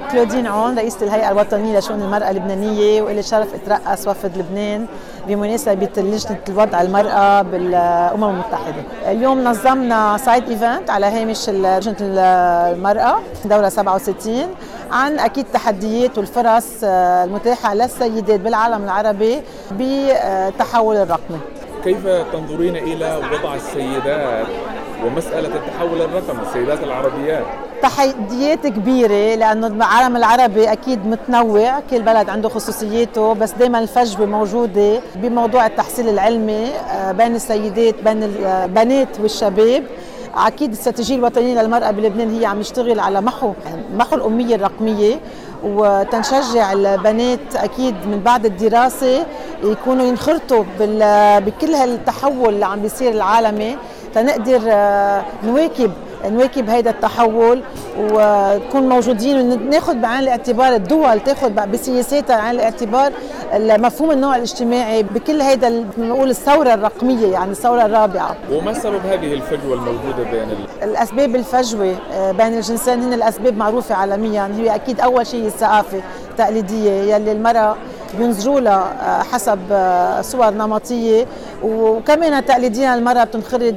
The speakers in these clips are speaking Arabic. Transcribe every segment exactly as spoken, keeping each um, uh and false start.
كلودين عون، رئيسة الهيئة الوطنية لشؤون المرأة اللبنانية، وإلي شرف اترأس وفد لبنان بمناسبة لجنة الوضع المرأة بالأمم المتحدة. اليوم نظمنا سايد ايفنت على هامش لجنة المرأة دورة سبعة وستين عن أكيد التحديات والفرص المتاحة للسيدات بالعالم العربي بالتحول الرقمي. كيف تنظرين إلى وضع السيدات ومسألة التحول الرقمي، السيدات العربيات؟ تحديات كبيرة لأنه العالم العربي أكيد متنوع، كل بلد عنده خصوصياته، بس دايما الفجوة موجودة بموضوع التحصيل العلمي بين السيدات بين البنات والشباب. أكيد الاستراتيجية الوطنية للمرأة بلبنان هي عم يشتغل على محو محو الأمية الرقمية، وتنشجع البنات أكيد من بعد الدراسة يكونوا ينخرطوا بكل هالتحول اللي عم بيصير العالمي تنقدر نواكب نواكب هيدا التحول ونكون موجودين، وناخذ بعين الاعتبار الدول تاخذ بسياساتها بعين الاعتبار مفهوم النوع الاجتماعي بكل هيدا بنقول الثوره الرقميه، يعني الثوره الرابعه. وما سبب هذه الفجوه الموجوده بين ال... الاسباب الفجوه بين الجنسين هن الاسباب معروفه عالميا، هي اكيد اول شيء الثقافه التقليديه يلي المراه بينظروا لها حسب صور نمطيه، وكمان تقليديا المراه بتنخرط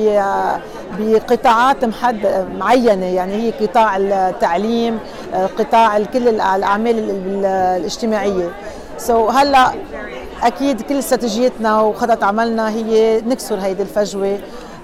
بقطاعات محد معينه، يعني هي قطاع التعليم، قطاع كل الاعمال الاجتماعيه. سو so هلا اكيد كل استراتيجيتنا وخطط عملنا هي نكسر هيدي الفجوه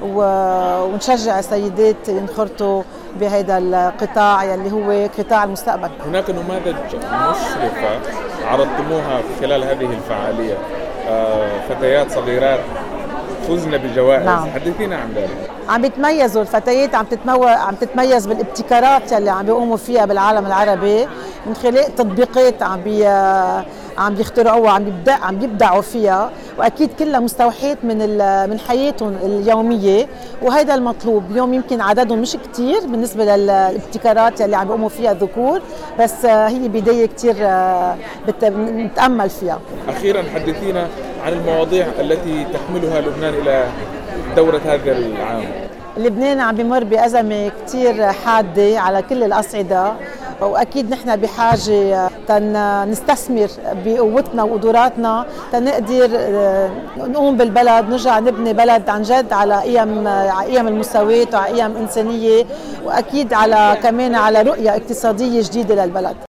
ونشجع السيدات ينخرطوا بهذا القطاع يلي هو قطاع المستقبل. هناك نماذج مشرفة عرضتموها في خلال هذه الفعالية، فتيات صغيرات فزن بجوائز. نعم. حدثينا عن ذلك. عم بيتميزوا الفتيات، عم تتمو... عم تتميز بالابتكارات يلي عم بيقوموا فيها بالعالم العربي من خلال تطبيقات عم بي عم بيخترعوها، عم بيبدع عم بيبدعوا فيها، واكيد كلها مستوحيات من من حياتهم اليوميه، وهذا المطلوب. اليوم يمكن عددهم مش كتير بالنسبه للابتكارات اللي عم بيقوموا فيها الذكور، بس هي بدايه كتير بنتامل فيها. اخيرا حدثينا عن المواضيع التي تحملها لبنان الى دوره هذا العام. لبنان عم بمر بأزمة كتير حادة على كل الأصعدة، وأكيد نحن بحاجة نستثمر بقوتنا وقدراتنا تنقدر نقوم بالبلد، نرجع نبني بلد عن جد على قيم على قيم المساواة وعلى قيم إنسانية، وأكيد على كمان على رؤية اقتصادية جديدة للبلد.